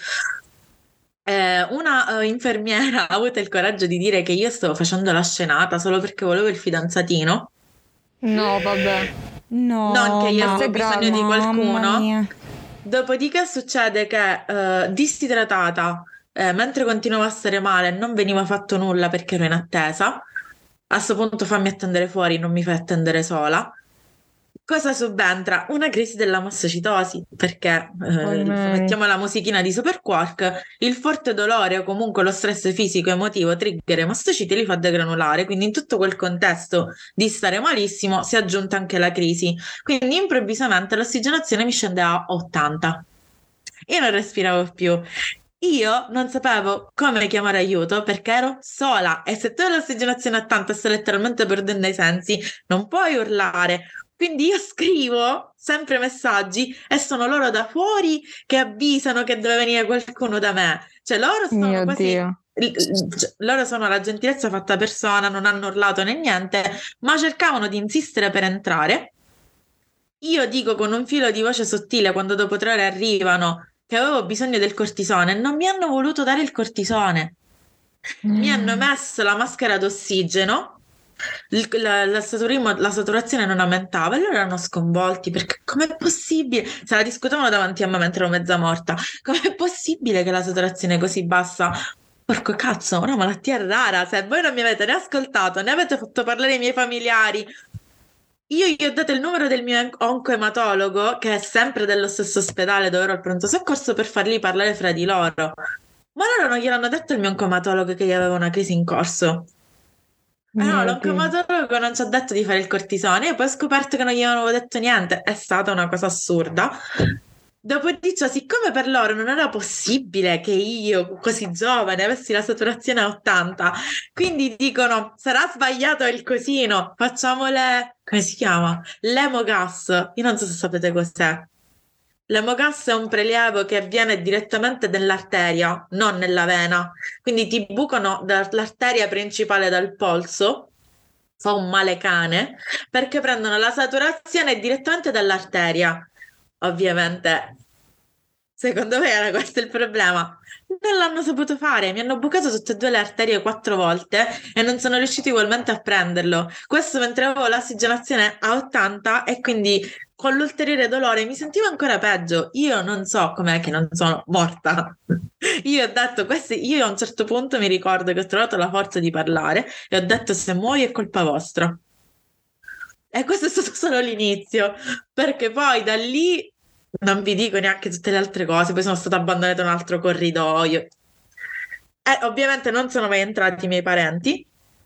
Una infermiera ha avuto il coraggio di dire che io stavo facendo la scenata solo perché volevo il fidanzatino, No, vabbè. non che No, io Questo è avevo grave. bisogno di mamma qualcuno. mia. Dopodiché succede che disidratata, mentre continuavo a stare male, non veniva fatto nulla perché ero in attesa. A questo punto fammi attendere fuori, non mi fai attendere sola. Cosa subentra? Una crisi della mastocitosi, perché Ahimè. mettiamo la musichina di Superquark, il forte dolore o comunque lo stress fisico e emotivo trigger i mastociti e li fa degranulare, quindi in tutto quel contesto di stare malissimo si è aggiunta anche la crisi, quindi improvvisamente l'ossigenazione mi scende a 80. Io non respiravo più. Io non sapevo come chiamare aiuto perché ero sola e se tu hai l'ossigenazione a 80 e stai letteralmente perdendo i sensi, non puoi urlare. Quindi io scrivo sempre messaggi e sono loro da fuori che avvisano che deve venire qualcuno da me. Cioè loro sono Mio quasi... Dio. cioè, loro sono la gentilezza fatta persona, non hanno urlato né niente, ma cercavano di insistere per entrare. Io dico con un filo di voce sottile quando dopo 3 ore arrivano che avevo bisogno del cortisone, non mi hanno voluto dare il cortisone. Mi hanno messo la maschera d'ossigeno, la saturazione non aumentava e loro erano sconvolti perché com'è possibile? Se la discutevano davanti a me mentre ero mezza morta. Com'è possibile che la saturazione è così bassa? Porco cazzo, una malattia rara. Se voi non mi avete né ascoltato né avete fatto parlare i miei familiari, io gli ho dato il numero del mio oncoematologo, che è sempre dello stesso ospedale dove ero al pronto soccorso, per farli parlare fra di loro. Ma loro non gliel'hanno detto al mio oncoematologo che gli aveva una crisi in corso. No, Mio Dio. l'oncoematologo non ci ha detto di fare il cortisone, e poi ho scoperto che non gli avevano detto niente. È stata una cosa assurda. Dopo di ciò, siccome per loro non era possibile che io, così giovane, avessi la saturazione a 80, quindi dicono, sarà sbagliato il cosino, facciamo come si chiama? L'emogas. Io non so se sapete cos'è. L'emogas è un prelievo che avviene direttamente nell'arteria, non nella vena. Quindi ti bucano l'arteria principale dal polso, fa un male cane, perché prendono la saturazione direttamente dall'arteria. Ovviamente, secondo me era questo il problema. Non l'hanno saputo fare, mi hanno bucato tutte e due le arterie 4 volte e non sono riusciti ugualmente a prenderlo. Questo mentre avevo l'ossigenazione a 80 e quindi con l'ulteriore dolore mi sentivo ancora peggio. Io non so com'è che non sono morta. Io ho detto, io a un certo punto mi ricordo che ho trovato la forza di parlare e ho detto se muoio è colpa vostra. E questo è stato solo l'inizio, perché poi da lì non vi dico neanche tutte le altre cose, poi sono stata abbandonata in un altro corridoio. E ovviamente non sono mai entrati i miei parenti.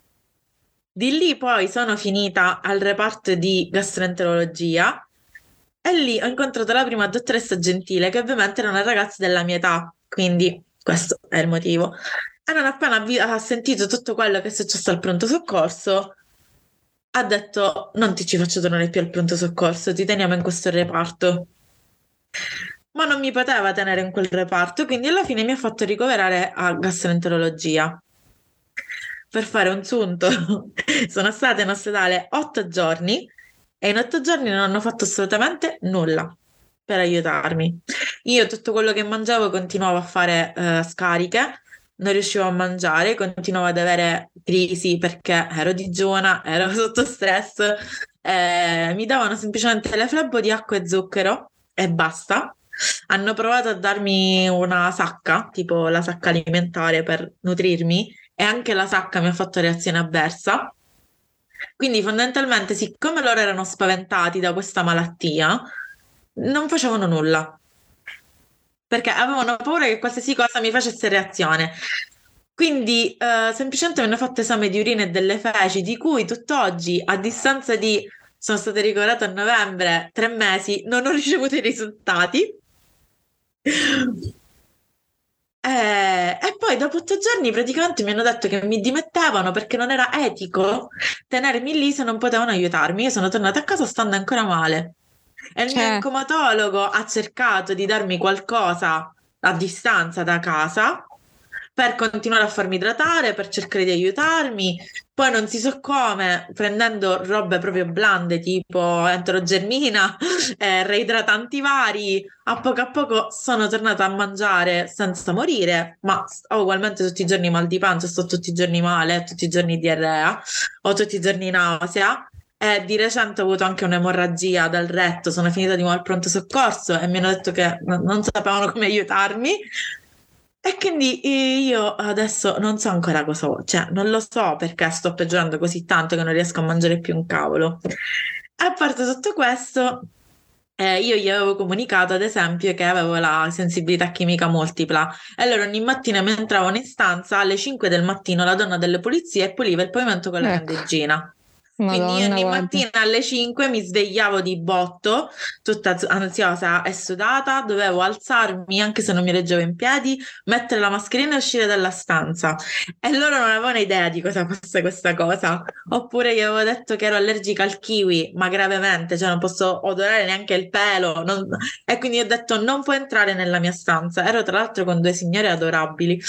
Di lì poi sono finita al reparto di gastroenterologia e lì ho incontrato la prima dottoressa Gentile, che ovviamente era una ragazza della mia età, quindi questo è il motivo. E non appena ha sentito tutto quello che è successo al pronto soccorso, ha detto: Non ti ci faccio tornare più al pronto soccorso, ti teniamo in questo reparto. Ma non mi poteva tenere in quel reparto, quindi alla fine mi ha fatto ricoverare a gastroenterologia. Per fare un sunto, sono stata in ospedale 8 giorni e in 8 giorni non hanno fatto assolutamente nulla per aiutarmi. Io tutto quello che mangiavo continuavo a fare scariche, non riuscivo a mangiare, continuavo ad avere crisi perché ero digiuna, ero sotto stress, mi davano semplicemente le flebo di acqua e zucchero e basta. Hanno provato a darmi una sacca, tipo la sacca alimentare per nutrirmi, e anche la sacca mi ha fatto reazione avversa. Quindi fondamentalmente, siccome loro erano spaventati da questa malattia, non facevano nulla, perché avevano paura che qualsiasi cosa mi facesse reazione. Quindi semplicemente mi hanno fatto esame di urina e delle feci, di cui tutt'oggi, a distanza di... Sono stata ricoverata a novembre, 3 mesi, non ho ricevuto i risultati. E poi dopo 8 giorni praticamente mi hanno detto che mi dimettevano perché non era etico tenermi lì se non potevano aiutarmi. Io sono tornata a casa stando ancora male. E il mio Cioè, oncomatologo ha cercato di darmi qualcosa a distanza da casa, per continuare a farmi idratare, per cercare di aiutarmi. Poi non si so come, prendendo robe proprio blande tipo enterogermina, reidratanti vari, a poco sono tornata a mangiare senza morire, ma ho ugualmente tutti i giorni mal di pancia, sto tutti i giorni male, tutti i giorni diarrea, ho tutti i giorni nausea. E di recente ho avuto anche un'emorragia dal retto, sono finita di nuovo al pronto soccorso e mi hanno detto che non sapevano come aiutarmi. E quindi io adesso non so ancora cosa ho, cioè non lo so perché sto peggiorando così tanto che non riesco a mangiare più un cavolo. A parte tutto questo, io gli avevo comunicato ad esempio che avevo la sensibilità chimica multipla e allora ogni mattina mi entravano in stanza alle 5 del mattino la donna delle pulizie e puliva il pavimento con la Ecco, candeggina. Quindi io Madonna, ogni guarda. mattina alle 5 mi svegliavo di botto, tutta ansiosa e sudata, dovevo alzarmi anche se non mi reggevo in piedi, mettere la mascherina e uscire dalla stanza. E loro non avevano idea di cosa fosse questa cosa. Oppure gli avevo detto che ero allergica al kiwi, ma gravemente, cioè non posso odorare neanche il pelo. E quindi ho detto non può entrare nella mia stanza. Ero tra l'altro con due signore adorabili,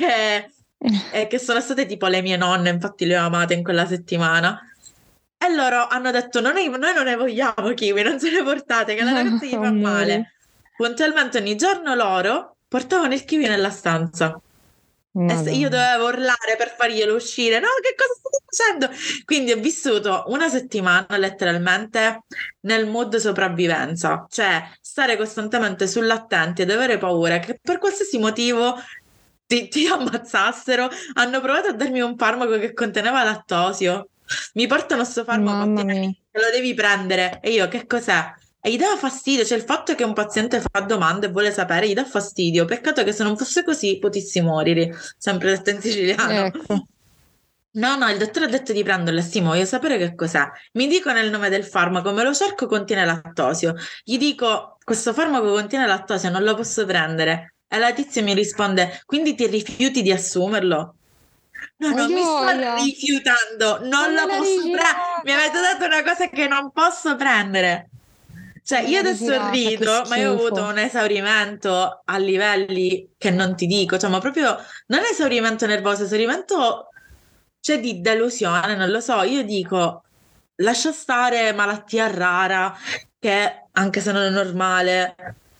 che sono state tipo le mie nonne, infatti le ho amate in quella settimana. E loro hanno detto: noi non ne vogliamo kiwi, non se ne portate, che la ragazza gli fa Amore. male. Puntualmente ogni giorno loro portavano il kiwi nella stanza. E io Madonna. dovevo urlare per farglielo uscire. No, che cosa state facendo? Quindi ho vissuto una settimana letteralmente nel mood sopravvivenza, cioè stare costantemente sull'attenti ed avere paura che per qualsiasi motivo ti ammazzassero. Hanno provato a darmi un farmaco che conteneva lattosio. Mi portano sto farmaco, Mamma tieni, mia. te lo devi prendere. E io, che cos'è? E gli dava fastidio, cioè il fatto che un paziente fa domande e vuole sapere gli dà fastidio. Peccato che se non fosse così potessi morire, sempre detto in siciliano. Ecco. No, il dottore ha detto di prenderlo, e sì, ma voglio sapere che cos'è. Mi dicono il nome del farmaco, me lo cerco, contiene lattosio. Gli dico, questo farmaco contiene lattosio, non lo posso prendere. E la tizia mi risponde, quindi ti rifiuti di assumerlo? No, non mi sto Gioia. rifiutando, Ma non me lo l'ha posso prendere. Mi avete ritirata. dato una cosa che non posso prendere. Cioè, Me io l'ha adesso ritirata, che rido, ma io ho avuto schifo. un esaurimento a livelli che non ti dico, cioè, ma proprio non esaurimento nervoso, esaurimento, cioè, di delusione, non lo so. Io dico, lascia stare malattia rara, che anche se non è normale,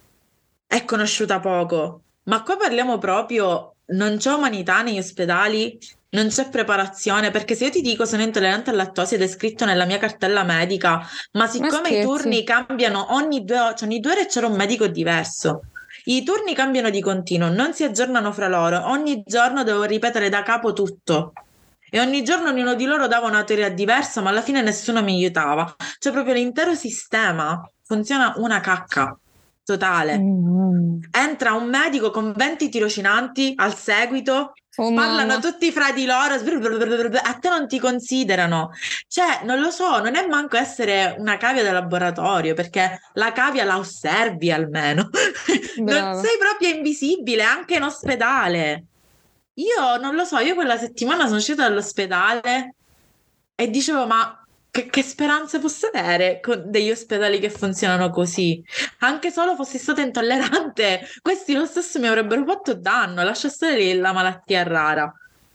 è conosciuta poco. Ma qua parliamo proprio, non c'è umanità negli ospedali, non c'è preparazione, perché se io ti dico sono intollerante al lattosio ed è scritto nella mia cartella medica, ma Ma siccome i scherzi. turni cambiano ogni 2 ore, cioè ogni 2 ore c'era un medico diverso. I turni cambiano di continuo, non si aggiornano fra loro, ogni giorno devo ripetere da capo tutto. E ogni giorno ognuno di loro dava una teoria diversa, ma alla fine nessuno mi aiutava. Cioè, proprio l'intero sistema funziona una cacca totale. Mm. Entra un medico con 20 tirocinanti al seguito, Oh parlano mamma. tutti fra di loro, a te non ti considerano. Cioè, non lo so, non è manco essere una cavia da laboratorio, perché la cavia la osservi almeno. Non Brava. sei proprio invisibile anche in ospedale. Io non lo so, io quella settimana sono uscita dall'ospedale e dicevo, ma che speranze posso avere con degli ospedali che funzionano così? Anche solo fossi stata intollerante, questi lo stesso mi avrebbero fatto danno, lascia stare lì la malattia rara.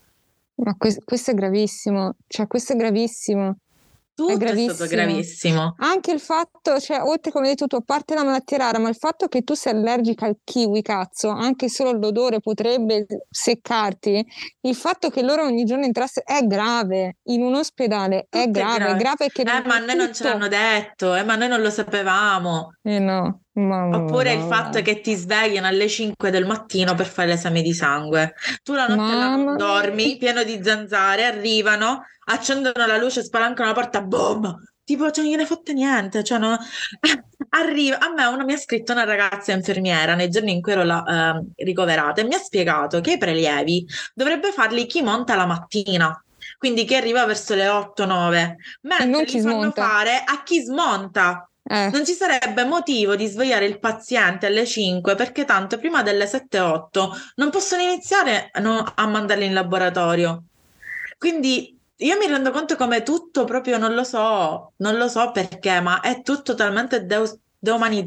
Ma questo è gravissimo. Cioè, questo è gravissimo. È Tutto è stato gravissimo. gravissimo. Anche il fatto, cioè, oltre come hai detto tu, a parte la malattia rara, ma il fatto che tu sei allergica al kiwi, cazzo, anche solo l'odore potrebbe seccarti, il fatto che loro ogni giorno entrassero è grave, in un ospedale è Tutto è grave, grave. che Ma a noi non ce tutto. l'hanno detto, ma noi non lo sapevamo. No, Oppure il fatto che ti svegliano alle 5 del mattino per fare l'esame di sangue. Tu la notte là non mamma mia. dormi, pieno di zanzare, arrivano, accendono la luce, spalancano la porta, boom! Tipo, cioè, non gliene fotte niente. Cioè, no. Arriva, a me uno mi ha scritto una ragazza infermiera nei giorni in cui ero ricoverata e mi ha spiegato che i prelievi dovrebbe farli chi monta la mattina. Quindi chi arriva verso le 8-9, E non mentre chi li fanno smonta. fare a chi smonta. Non ci sarebbe motivo di svegliare il paziente alle 5 perché tanto prima delle 7-8 non possono iniziare a mandarli in laboratorio. Quindi io mi rendo conto come tutto proprio non lo so perché, ma è tutto talmente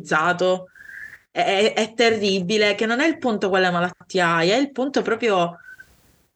deumanizzato. È terribile che non è il punto quale malattia hai, è il punto proprio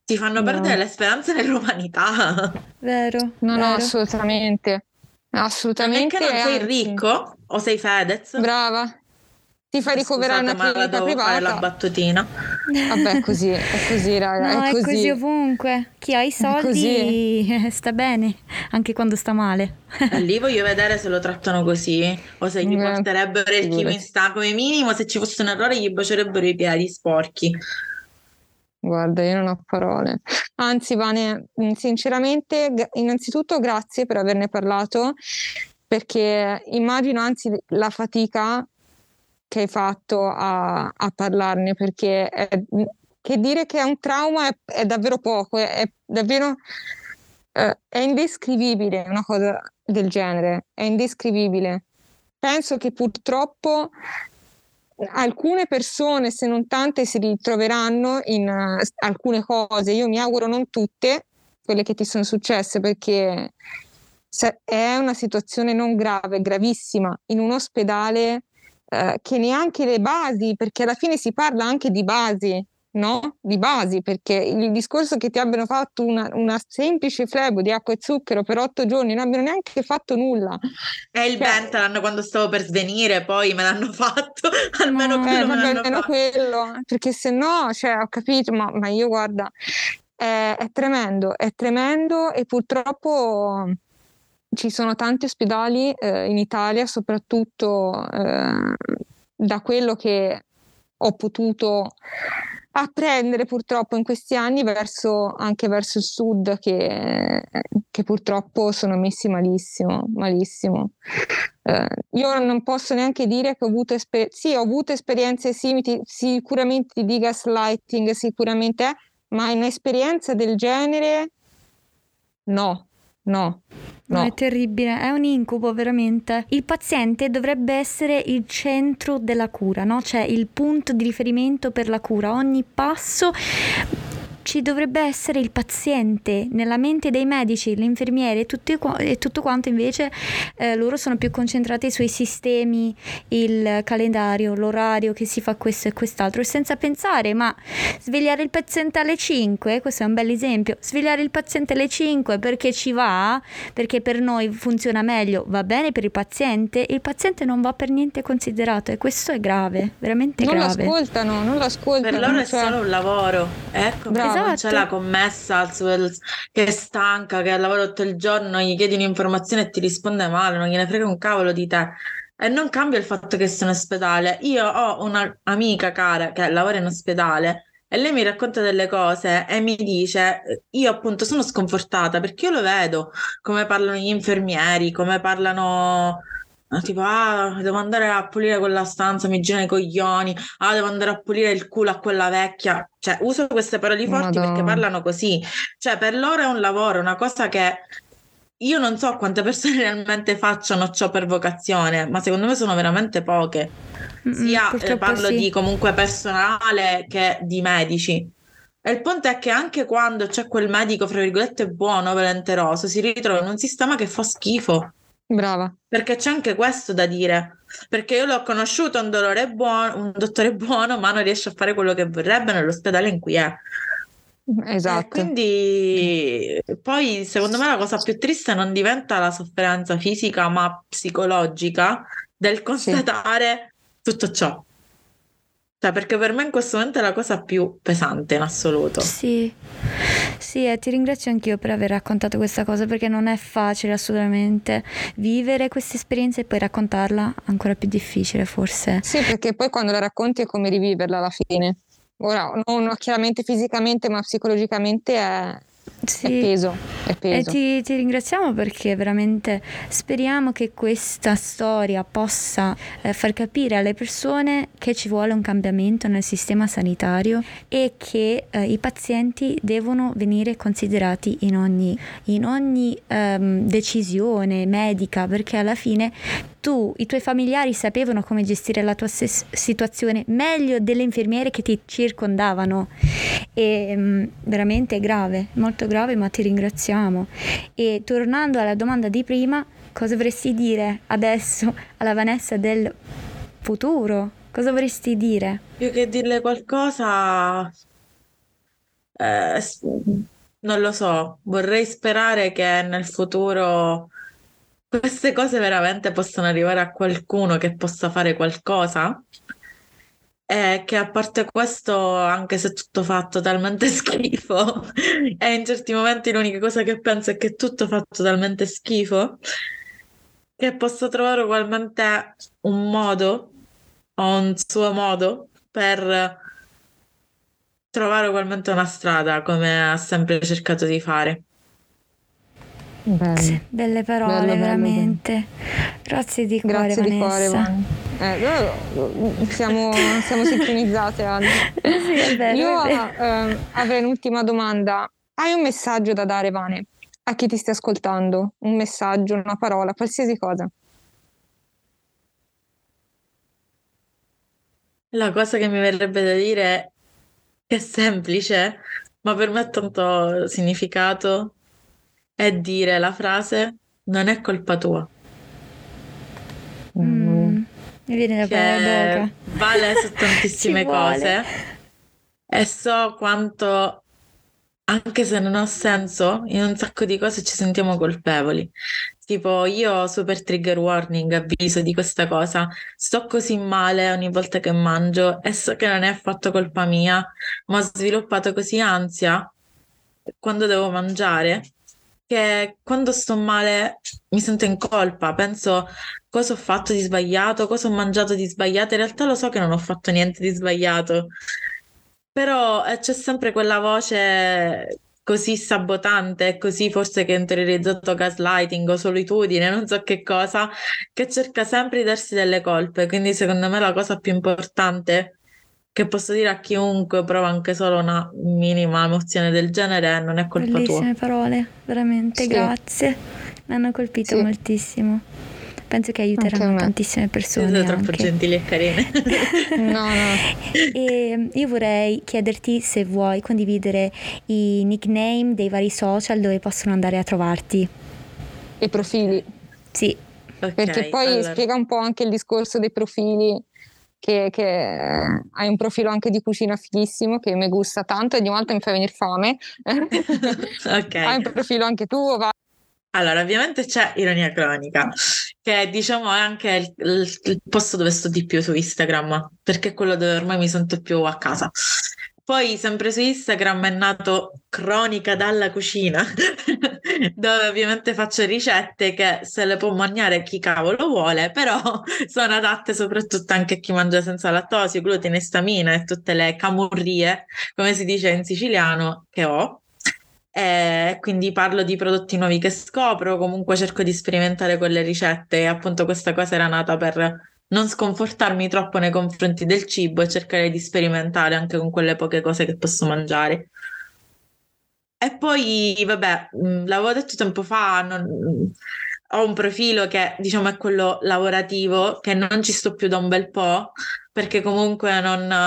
ti fanno No. perdere le speranze nell'umanità. Vero, No, vero. assolutamente. Non è Assolutamente. che non sei anzi, ricco o sei Fedez. brava. Ti fai ricoverare in una Scusate, ma la clinica devo fare la privata. battutina. Vabbè, è così, raga, No, è è così così. ovunque. Chi ha i È così. soldi sta bene, anche quando sta male. E lì voglio vedere se lo trattano così o se gli porterebbero il Figurati. chimista. Come minimo, se ci fosse un errore, gli bacerebbero i piedi sporchi. Guarda, io non ho parole. Anzi, Vane, sinceramente, innanzitutto grazie per averne parlato, perché immagino anzi la fatica che hai fatto a parlarne, perché che dire che è un trauma è davvero poco, è davvero è indescrivibile una cosa del genere, è indescrivibile. Penso che purtroppo alcune persone, se non tante, si ritroveranno in alcune cose. Io mi auguro non tutte quelle che ti sono successe, perché è una situazione non grave, gravissima, in un ospedale che neanche le basi, perché alla fine si parla anche di basi, no? Di basi, perché il discorso che ti abbiano fatto una semplice flebo di acqua e zucchero per 8 giorni, non abbiano neanche fatto nulla. E il Ventalan quando stavo per svenire, poi me l'hanno fatto, almeno quello me Vabbè, l'hanno almeno fatto. quello, perché se no, cioè, ho capito, ma io guarda, è tremendo e purtroppo ci sono tanti ospedali in Italia, soprattutto da quello che ho potuto apprendere purtroppo in questi anni anche verso il sud, che purtroppo sono messi malissimo, malissimo. Io non posso neanche dire che ho avuto sì, ho avuto esperienze simili, sicuramente di gaslighting, sicuramente, ma un'esperienza del genere no. No, è terribile, è un incubo veramente. Il paziente dovrebbe essere il centro della cura, no? Cioè il punto di riferimento per la cura. Ogni passo ci dovrebbe essere il paziente nella mente dei medici, le infermiere e tutto quanto. Invece loro sono più concentrati sui sistemi, il calendario, l'orario che si fa questo e quest'altro, e senza pensare, ma svegliare il paziente alle 5, questo è un bel esempio, svegliare il paziente alle 5 perché ci va, perché per noi funziona meglio, va bene per il paziente non va per niente considerato, e questo è grave, veramente grave. Non lo ascoltano. Per loro è cioè... solo un lavoro, ecco. Bravo. Non c'è la commessa che è stanca, che ha lavorato tutto il giorno, gli chiedi un'informazione e ti risponde male, non gliene frega un cavolo di te. E non cambia il fatto che sia in ospedale. Io ho un'amica cara che lavora in ospedale e lei mi racconta delle cose e mi dice, io appunto sono sconfortata perché io lo vedo, come parlano gli infermieri, come parlano... Tipo, devo andare a pulire quella stanza, mi girano i coglioni, devo andare a pulire il culo a quella vecchia. Cioè, uso queste parole forti perché parlano così. Cioè, per loro è un lavoro, una cosa che io non so quante persone realmente facciano ciò per vocazione, ma secondo me sono veramente poche. Sia parlo sì. di comunque personale che di medici. E il punto è che anche quando c'è quel medico, fra virgolette, buono, volenteroso, si ritrova in un sistema che fa schifo. Brava. Perché c'è anche questo da dire, perché io l'ho conosciuto un dottore buono, ma non riesce a fare quello che vorrebbe nell'ospedale in cui è. Esatto. Quindi poi secondo me la cosa più triste non diventa la sofferenza fisica, ma psicologica del constatare tutto ciò. Cioè, perché per me in questo momento è la cosa più pesante in assoluto. Sì, ti ringrazio anch'io per aver raccontato questa cosa, perché non è facile assolutamente vivere questa esperienza e poi raccontarla, ancora più difficile forse. Sì, perché poi quando la racconti è come riviverla alla fine. Ora, non chiaramente fisicamente, ma psicologicamente è peso. E ti ringraziamo, perché veramente speriamo che questa storia possa far capire alle persone che ci vuole un cambiamento nel sistema sanitario e che i pazienti devono venire considerati in ogni decisione medica, perché alla fine i tuoi familiari sapevano come gestire la tua situazione meglio delle infermiere che ti circondavano, e veramente è grave, molto grave, ma ti ringraziamo. E tornando alla domanda di prima, cosa vorresti dire adesso alla Vanessa del futuro? Cosa vorresti dire? Più che dirle qualcosa, non lo so, vorrei sperare che nel futuro queste cose veramente possano arrivare a qualcuno che possa fare qualcosa. E che a parte questo, anche se tutto fa totalmente schifo, e in certi momenti l'unica cosa che penso è che tutto fa totalmente schifo, che possa trovare ugualmente un modo o un suo modo per trovare ugualmente una strada, come ha sempre cercato di fare. Bello. Belle parole, Bello, bello, veramente. Grazie di cuore, Grazie di cuore, Vanessa. Siamo sincronizzate, Ale. Sì, è vero, Io è vero. avrei un'ultima domanda. Hai un messaggio da dare, Vane, a chi ti stia ascoltando? Un messaggio, una parola, qualsiasi cosa. La cosa che mi verrebbe da dire è semplice, ma per me ha tanto significato, è dire la frase non è colpa tua, Mi viene da parlare che d'oca. vale su tantissime Ci vuole. cose e so quanto, anche se non ha senso, in un sacco di cose ci sentiamo colpevoli. Tipo, io ho super trigger warning, avviso di questa cosa. Sto così male ogni volta che mangio e so che non è affatto colpa mia, ma ho sviluppato così ansia quando devo mangiare che quando sto male mi sento in colpa. Penso cosa ho fatto di sbagliato, cosa ho mangiato di sbagliato. In realtà lo so che non ho fatto niente di sbagliato. Però c'è sempre quella voce così sabotante, così forse che è interiorizzato gaslighting o solitudine, non so che cosa, che cerca sempre di darsi delle colpe. Quindi secondo me la cosa più importante che posso dire a chiunque prova anche solo una minima emozione del genere è non è colpa tua. Bellissime parole, veramente, Sì. grazie. Mi hanno colpito Sì. moltissimo. Penso che Anche a aiuteranno me. tantissime persone Siete troppo anche. gentili e carine. No. E io vorrei chiederti se vuoi condividere i nickname dei vari social dove possono andare a trovarti. I profili. Sì, Ok, Perché poi allora. spiega un po' anche il discorso dei profili, che hai un profilo anche di cucina fighissimo che mi gusta tanto e ogni volta mi fa venire fame. Ok. Hai un profilo anche tu, va? Allora, ovviamente c'è Ironia Cronica, che diciamo è anche il posto dove sto di più su Instagram, perché è quello dove ormai mi sento più a casa. Poi, sempre su Instagram è nato Cronica dalla cucina, dove ovviamente faccio ricette che se le può mangiare chi cavolo vuole, però sono adatte soprattutto anche a chi mangia senza lattosio, glutine, stamina e tutte le camurrie, come si dice in siciliano, che ho. Quindi parlo di prodotti nuovi che scopro, comunque cerco di sperimentare quelle ricette e appunto questa cosa era nata per non sconfortarmi troppo nei confronti del cibo e cercare di sperimentare anche con quelle poche cose che posso mangiare. E poi, vabbè, l'avevo detto tempo fa, ho un profilo che diciamo è quello lavorativo, che non ci sto più da un bel po', perché comunque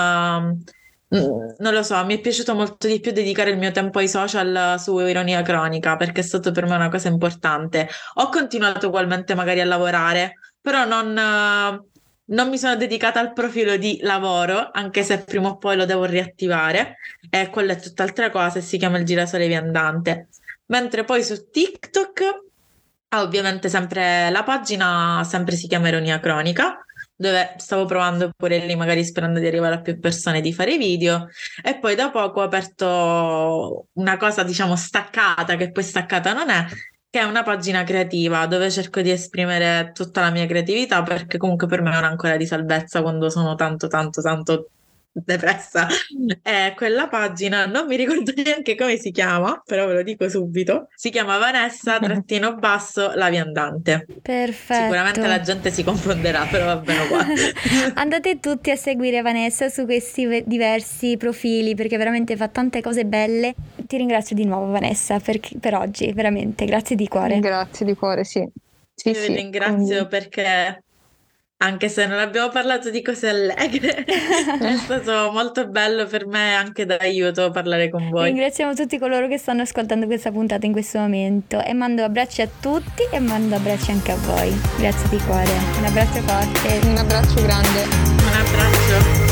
non lo so, mi è piaciuto molto di più dedicare il mio tempo ai social su Ironia Cronica, perché è stato per me una cosa importante. Ho continuato ugualmente magari a lavorare, però non mi sono dedicata al profilo di lavoro, anche se prima o poi lo devo riattivare, e quella è tutt'altra cosa e si chiama il girasole viandante. Mentre poi su TikTok ha ovviamente sempre la pagina, sempre si chiama Ironia Cronica, dove stavo provando pure lì, magari sperando di arrivare a più persone, di fare video. E poi da poco ho aperto una cosa, diciamo, staccata, che poi staccata non è, che è una pagina creativa dove cerco di esprimere tutta la mia creatività, perché comunque per me è un'ancora di salvezza quando sono tanto depressa. E quella pagina non mi ricordo neanche come si chiama, però ve lo dico subito. Si chiama Vanessa-la viandante. perfetto. Sicuramente la gente si confonderà, però va bene uguale. Andate tutti a seguire Vanessa su questi diversi profili perché veramente fa tante cose belle. Ti ringrazio di nuovo Vanessa per oggi, veramente, grazie di cuore. Grazie di cuore, sì. Sì, Io sì, vi ringrazio perché anche se non abbiamo parlato di cose allegre, è stato molto bello per me e anche d'aiuto parlare con voi. Ringraziamo tutti coloro che stanno ascoltando questa puntata in questo momento e mando abbracci a tutti e mando abbracci anche a voi. Grazie di cuore, un abbraccio forte. Un abbraccio grande. Un abbraccio.